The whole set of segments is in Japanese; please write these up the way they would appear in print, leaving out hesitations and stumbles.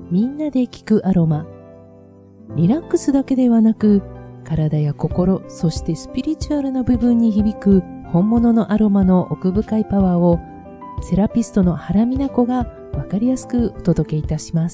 みんなで聞くアロマ。リラックスだけではなく、体や心、そしてスピリチュアルな部分に響く本物のアロマの奥深いパワーを、セラピストの原美奈子がわかりやすくお届けいたします。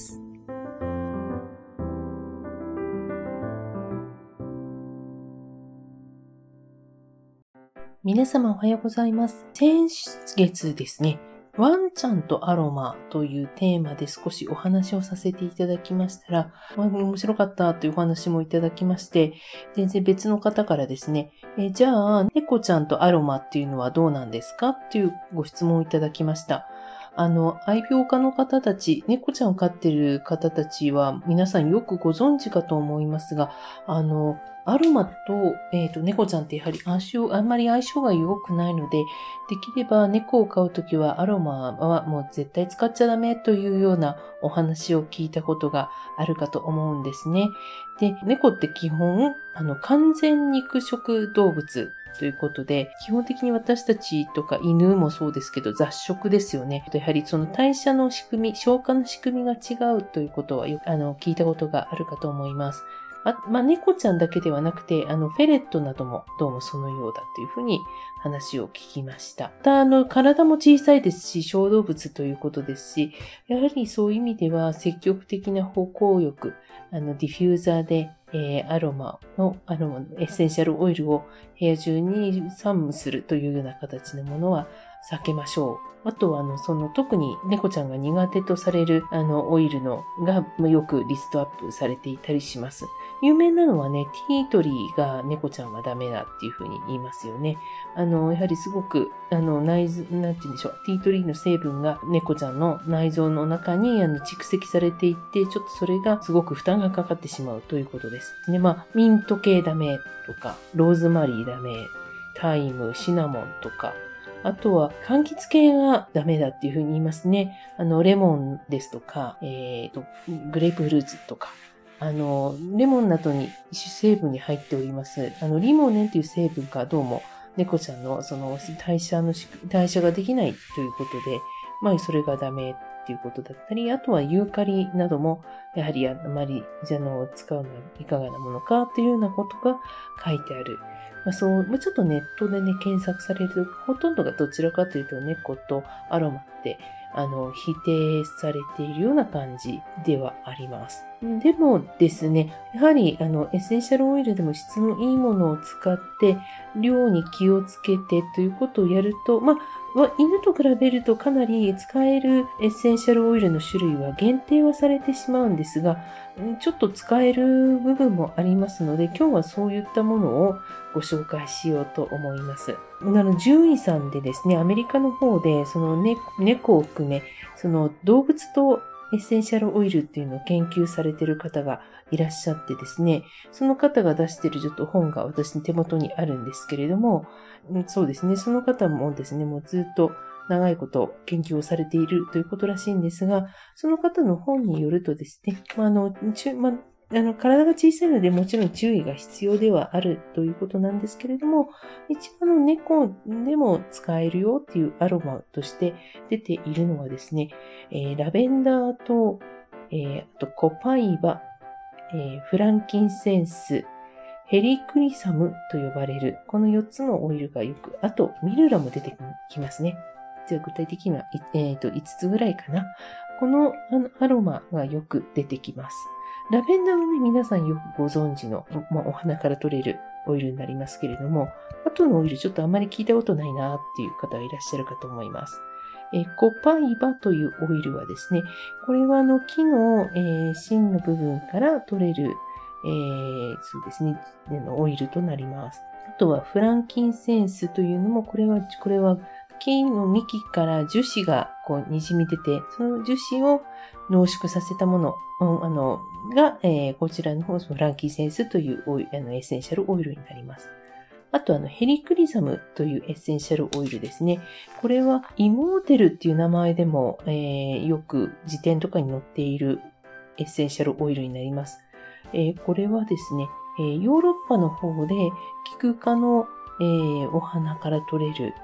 皆様おはようございます。先月ですね、ワンちゃんとアロマというテーマで少しお話をさせていただきましたら、面白かったというお話もいただきまして、全然別の方からですね、じゃあ猫ちゃんとアロマっていうのはどうなんですかっていうご質問をいただきました。愛病家の方たち、猫ちゃんを飼っている方たちは皆さんよくご存知かと思いますが、アロマと、猫ちゃんってやはりあんまり相性が良くないので、できれば猫を飼うときはアロマはもう絶対使っちゃダメというようなお話を聞いたことがあるかと思うんですね。で、猫って基本、完全肉食動物ということで、基本的に私たちとか犬もそうですけど雑食ですよね。やはりその代謝の仕組み、消化の仕組みが違うということは聞いたことがあるかと思います。猫ちゃんだけではなくて、フェレットなどもどうもそのようだというふうに話を聞きました。また、体も小さいですし、小動物ということですし、やはりそういう意味では積極的な歩行浴、ディフューザーで、アロマのエッセンシャルオイルを部屋中に散布するというような形のものは避けましょう。あとは、特に猫ちゃんが苦手とされる、オイルがよくリストアップされていたりします。有名なのはね、ティートリーが猫ちゃんはダメだっていうふうに言いますよね。やはりすごく、なんて言うんでしょう。ティートリーの成分が猫ちゃんの内臓の中に蓄積されていって、ちょっとそれがすごく負担がかかってしまうということです。で、ミント系ダメとか、ローズマリーダメ、タイム、シナモンとか、あとは、柑橘系がダメだっていうふうに言いますね。レモンですとか、グレープフルーツとか、レモンなどに成分に入っております。リモネンという成分がどうも猫ちゃんのその代謝ができないということで、それがダメっていうことだったり、あとはユーカリなども、やはりあまり使うのはいかがなものかというようなことが書いてある。ちょっとネットでね、検索されると、ほとんどがどちらかというと猫とアロマって、否定されているような感じではあります。でもですね、やはり、エッセンシャルオイルでも質のいいものを使って、量に気をつけてということをやると、犬と比べるとかなり使えるエッセンシャルオイルの種類は限定はされてしまうんですが、ちょっと使える部分もありますので、今日はそういったものをご紹介しようと思います。獣医さんでですね、アメリカの方で、猫を含め、動物とエッセンシャルオイルっていうのを研究されている方がいらっしゃってですね、その方が出しているちょっと本が私の手元にあるんですけれども、そうですね、その方もですね、もうずっと長いこと研究をされているということらしいんですが、その方の本によるとですね、体が小さいのでもちろん注意が必要ではあるということなんですけれども、一応猫でも使えるよっていうアロマとして出ているのはですね、ラベンダーと、あとコパイバ、フランキンセンス、ヘリクリサムと呼ばれる、この4つのオイルがよく、あとミルラも出てきますね。じゃあ具体的には、5つぐらいかな。このアロマがよく出てきます。ラベンダーはね、皆さんよくご存知の、お花から取れるオイルになりますけれども、あとのオイルちょっとあまり聞いたことないなっていう方がいらっしゃるかと思います。コパイバというオイルはですね、これは木の、芯の部分から取れる、そうですね、オイルとなります。あとはフランキンセンスというのも、これは木の幹から樹脂が滲み出て、その樹脂を濃縮させたもの、が、こちらの方、フランキンセンスというエッセンシャルオイルになります。あとヘリクリザムというエッセンシャルオイルですね。これはイモーテルっていう名前でも、よく辞典とかに載っているエッセンシャルオイルになります。これはですね、ヨーロッパの方でキク科の、お花から取れる、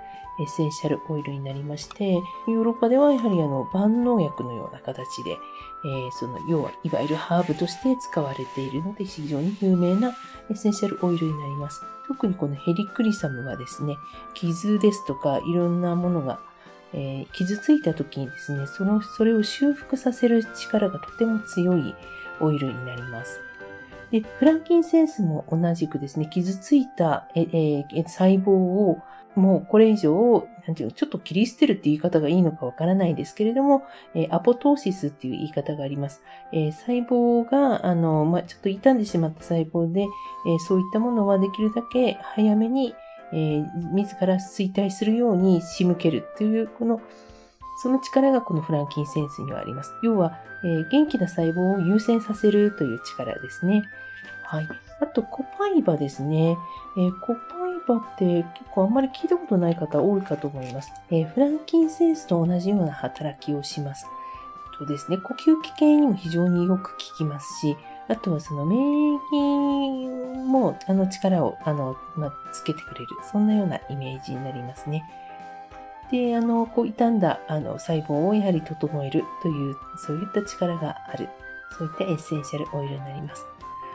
エッセンシャルオイルになりまして、ヨーロッパではやはり万能薬のような形で、要はいわゆるハーブとして使われているので非常に有名なエッセンシャルオイルになります。特にこのヘリクリサムはですね、傷ですとかいろんなものが、傷ついた時にですね、それを修復させる力がとても強いオイルになります。で、フランキンセンスも同じくですね、傷ついた細胞をもうこれ以上、ちょっと切り捨てるって言い方がいいのかわからないですけれども、アポトーシスっていう言い方があります。細胞が、ちょっと傷んでしまった細胞で、そういったものはできるだけ早めに、自ら衰退するように仕向けるという、その力がこのフランキンセンスにはあります。要は、元気な細胞を優先させるという力ですね。はい。あと、コパイバですね。コパイバって結構あんまり聞いたことない方多いかと思います。フランキンセンスと同じような働きをします。とですね、呼吸器系にも非常によく効きますし、あとはその免疫も力をつけてくれる。そんなようなイメージになりますね。で、傷んだ細胞をやはり整えるという、そういった力がある。そういったエッセンシャルオイルになります。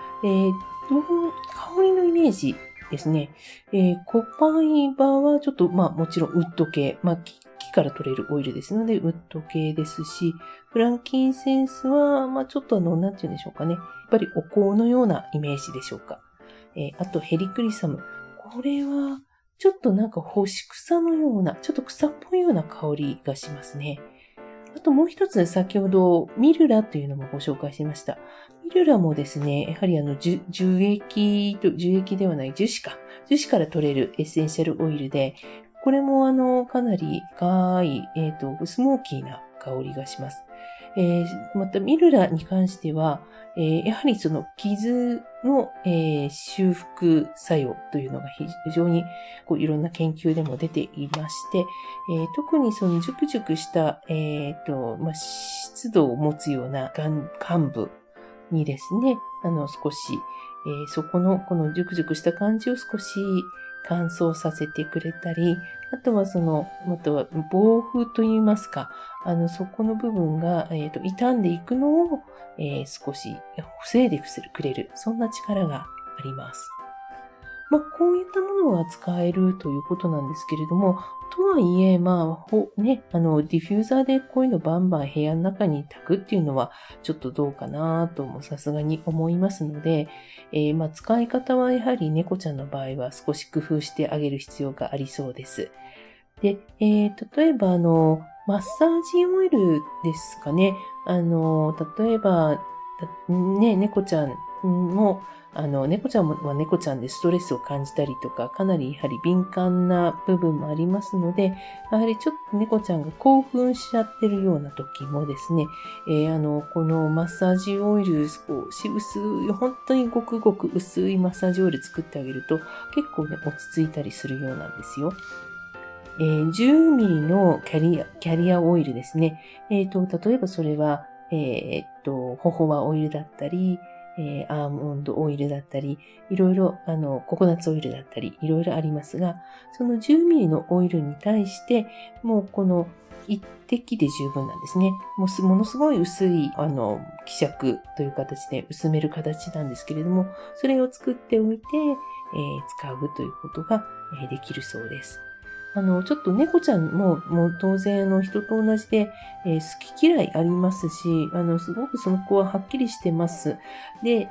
香りのイメージですね。コパイバはちょっと、もちろんウッド系、木から取れるオイルですので、ウッド系ですし、フランキンセンスは、ちょっとなんて言うんでしょうかね。やっぱりお香のようなイメージでしょうか。あとヘリクリサム。これは、ちょっと干し草のような、ちょっと草っぽいような香りがしますね。あともう一つ先ほどミルラというのもご紹介しました。ミルラもですね、やはり樹液ではない樹脂から取れるエッセンシャルオイルで、これもかなり深い、スモーキーな香りがします。またミルラに関しては、やはりその傷の、修復作用というのが非常にいろんな研究でも出ていまして、特にそのジュクジュクした、湿度を持つような患部にですね、少し、そこのこのジュクジュクした感じを少し乾燥させてくれたり、あとは防風といいますか、そこの部分が、傷んでいくのを、少し防いでくれる。そんな力があります。こういったものが使えるということなんですけれども、とはいえ、ディフューザーでこういうのバンバン部屋の中に炊くっていうのはちょっとどうかなともさすがに思いますので、使い方はやはり猫ちゃんの場合は少し工夫してあげる必要がありそうです。で、例えばマッサージオイルですかね。例えば、猫ちゃんも、猫ちゃんは猫ちゃんでストレスを感じたりとか、かなりやはり敏感な部分もありますので、やはりちょっと猫ちゃんが興奮しちゃってるような時もですね、このマッサージオイル、少し薄い、本当にごくごく薄いマッサージオイル作ってあげると、結構ね、落ち着いたりするようなんですよ。10ミリのキャリアオイルですね。例えばそれは、ホホバオイルだったり、アーモンドオイルだったり、いろいろ、ココナッツオイルだったり、いろいろありますが、その10ミリのオイルに対して、もうこの一滴で十分なんですね。ものすごい薄い、希釈という形で薄める形なんですけれども、それを作っておいて、使うということが、できるそうです。ちょっと猫ちゃんも当然人と同じで、好き嫌いありますし、すごくその子ははっきりしてます。で、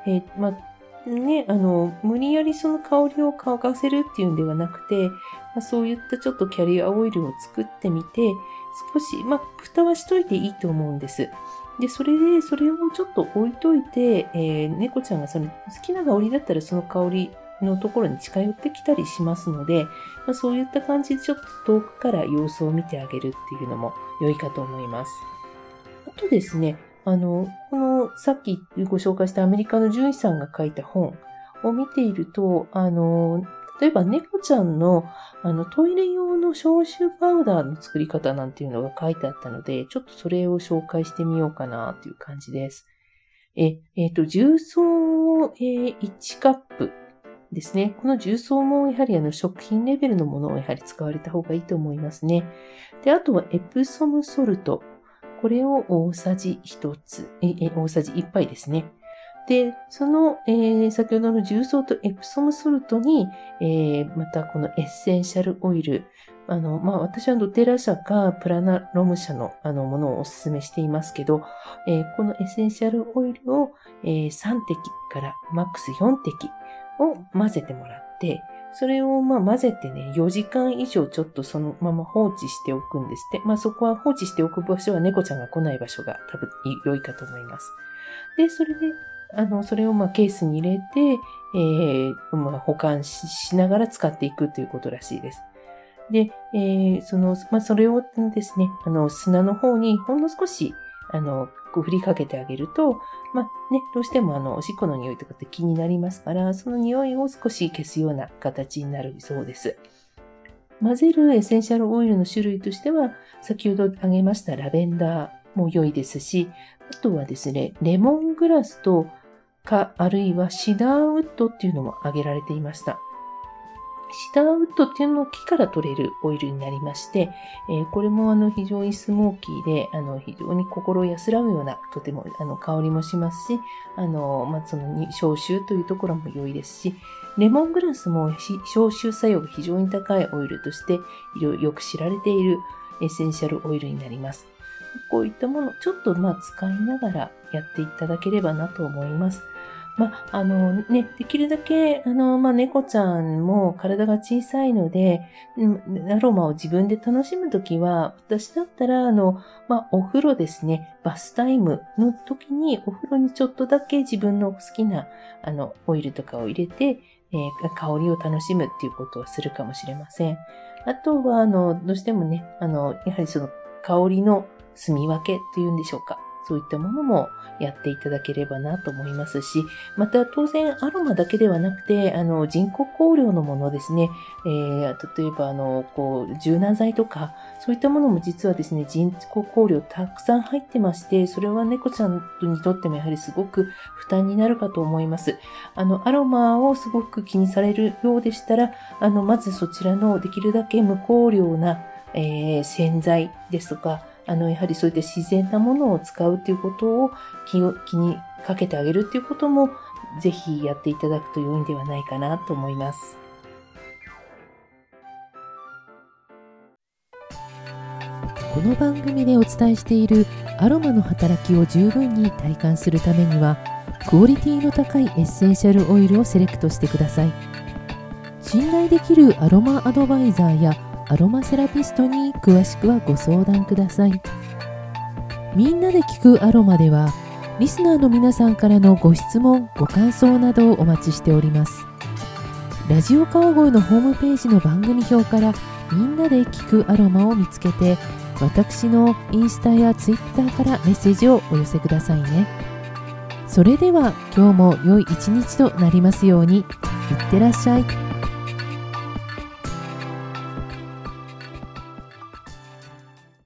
無理やりその香りを嗅がせるっていうんではなくて、そういったちょっとキャリアオイルを作ってみて、少し、蓋はしといていいと思うんです。で、それをちょっと置いといて、猫ちゃんが好きな香りだったらその香りのところに近寄ってきたりしますので、そういった感じでちょっと遠くから様子を見てあげるっていうのも良いかと思います。あとですね、このさっきご紹介したアメリカの獣医さんが書いた本を見ていると、例えば猫ちゃんのトイレ用の消臭パウダーの作り方なんていうのが書いてあったので、ちょっとそれを紹介してみようかなという感じです。重曹、1カップですね。この重曹もやはり食品レベルのものをやはり使われた方がいいと思いますね。で、あとはエプソムソルト。これを大さじ1つ、大さじ1杯ですね。で、その、先ほどの重曹とエプソムソルトに、またこのエッセンシャルオイル。私はドテラ社かプラナロム社のものをお勧めしていますけど、このエッセンシャルオイルを、3滴からマックス4滴を混ぜてもらって、それを混ぜてね、4時間以上ちょっとそのまま放置しておくんですって。そこは放置しておく場所は猫ちゃんが来ない場所が多分良いかと思います。で、それで、それをケースに入れて、保管しながら使っていくということらしいです。で、それをですね、砂の方にほんの少し、振りかけてあげると、どうしてもおしっこの匂いとかって気になりますから、その匂いを少し消すような形になるそうです。混ぜるエッセンシャルオイルの種類としては、先ほど挙げましたラベンダーも良いですし、あとはですね、レモングラスとあるいはシダーウッドっていうのも挙げられていました。シダーウッドっていうのも木から取れるオイルになりまして、これも非常にスモーキーで、非常に心安らぐような、とても香りもしますし、その消臭というところも良いですし、レモングラスも消臭作用が非常に高いオイルとして、よく知られているエッセンシャルオイルになります。こういったもの、ちょっと使いながらやっていただければなと思います。できるだけ、猫ちゃんも体が小さいので、アロマを自分で楽しむときは、私だったら、お風呂ですね、バスタイムの時に、お風呂にちょっとだけ自分の好きな、オイルとかを入れて、香りを楽しむっていうことをするかもしれません。あとは、どうしてもね、やはりその香りの住み分けっていうんでしょうか。そういったものもやっていただければなと思いますし、また当然アロマだけではなくて、人工香料のものですね、例えば柔軟剤とか、そういったものも実はですね、人工香料たくさん入ってまして、それは猫ちゃんにとってもやはりすごく負担になるかと思います。アロマをすごく気にされるようでしたら、まずそちらのできるだけ無香料な、洗剤ですとか、やはりそういった自然なものを使うということを気にかけてあげるということもぜひやっていただくと良いんではないかなと思います。 この番組でお伝えしているアロマの働きを十分に体感するためには、クオリティの高いエッセンシャルオイルをセレクトしてください。信頼できるアロマアドバイザーやアロマセラピストに詳しくはご相談ください。みんなで聞くアロマでは、リスナーの皆さんからのご質問、ご感想などをお待ちしております。ラジオ川越のホームページの番組表からみんなで聞くアロマを見つけて、私のインスタやツイッターからメッセージをお寄せくださいね。それでは今日も良い一日となりますように。いってらっしゃい。